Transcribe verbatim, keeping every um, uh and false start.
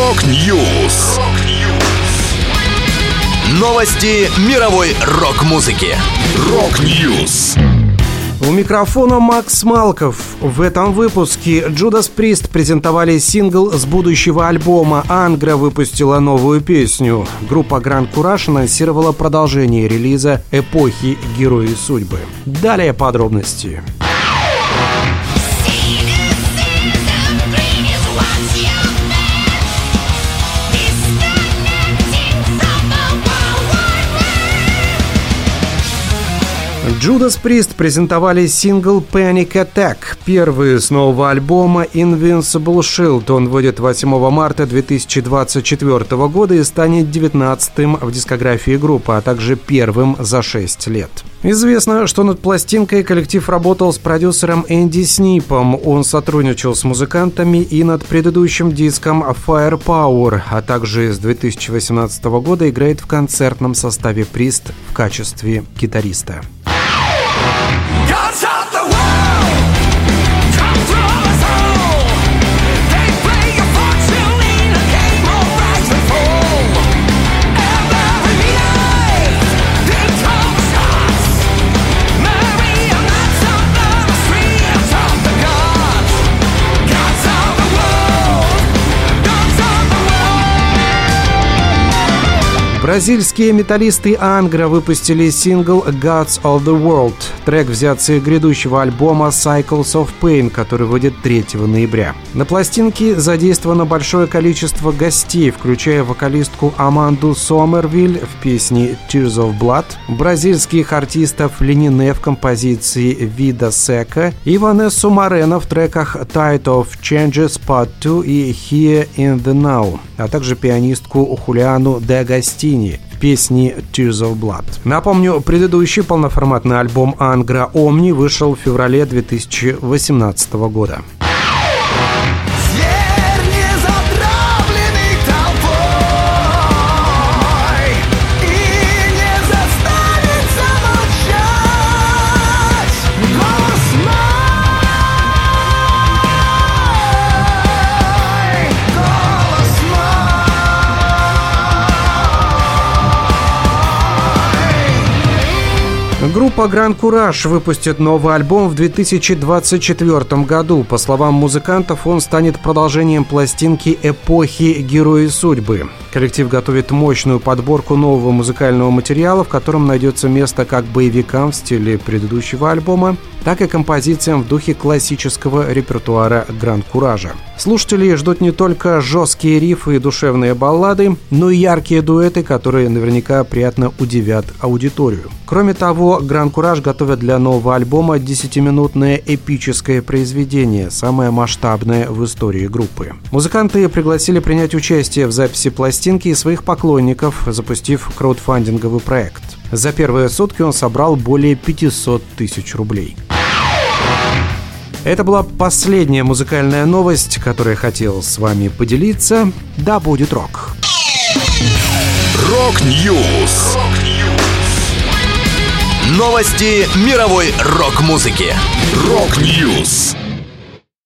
Рок-Ньюс. Новости мировой рок-музыки. Рок-Ньюс. У микрофона Макс Малков. В этом выпуске Judas Priest презентовали сингл с будущего альбома. Ангра выпустила новую песню. Группа Grand Courage анонсировала продолжение релиза «Эпохи. Герои судьбы». Далее подробности. Judas Priest презентовали сингл Panic Attack, первый с нового альбома Invincible Shield. Он выйдет восьмого марта две тысячи двадцать четвёртого года и станет девятнадцатым в дискографии группы, а также первым за шесть лет. Известно, что над пластинкой коллектив работал с продюсером Энди Снипом. Он сотрудничал с музыкантами и над предыдущим диском Firepower, а также с две тысячи восемнадцатого года играет в концертном составе Priest в качестве гитариста. Бразильские металлисты Ангра выпустили сингл «Gods of the World». Трек взят с их грядущего альбома «Cycles of Pain», который выйдет третьего ноября. На пластинке задействовано большое количество гостей, включая вокалистку Аманду Сомервиль в песне «Tears of Blood», бразильских артистов Ленине в композиции «Vida Seca» и Ванессу Морено в треках «Tide of Changes Part два» и «Here in the Now», а также пианистку Хулиану де Агостини в песне «Tears of Blood». Напомню, предыдущий полноформатный альбом Ангра «Omni» вышел в феврале две тысячи восемнадцатого года. Группа Grand Courage выпустит новый альбом в две тысячи двадцать четвёртом году. По словам музыкантов, он станет продолжением пластинки «Эпохи. Герои судьбы». Коллектив готовит мощную подборку нового музыкального материала, в котором найдется место как боевикам в стиле предыдущего альбома, так и композициям в духе классического репертуара Grand Courage. Слушатели ждут не только жесткие рифы и душевные баллады, но и яркие дуэты, которые наверняка приятно удивят аудиторию. Кроме того, Grand Courage готовят для нового альбома десятиминутное эпическое произведение, самое масштабное в истории группы. Музыканты пригласили принять участие в записи пластинки и своих поклонников, запустив краудфандинговый проект. За первые сутки он собрал более пятьсот тысяч рублей. Это была последняя музыкальная новость, которую я хотел с вами поделиться. Да будет рок! Рок-Ньюс. Новости мировой рок-музыки. Рок-Ньюс.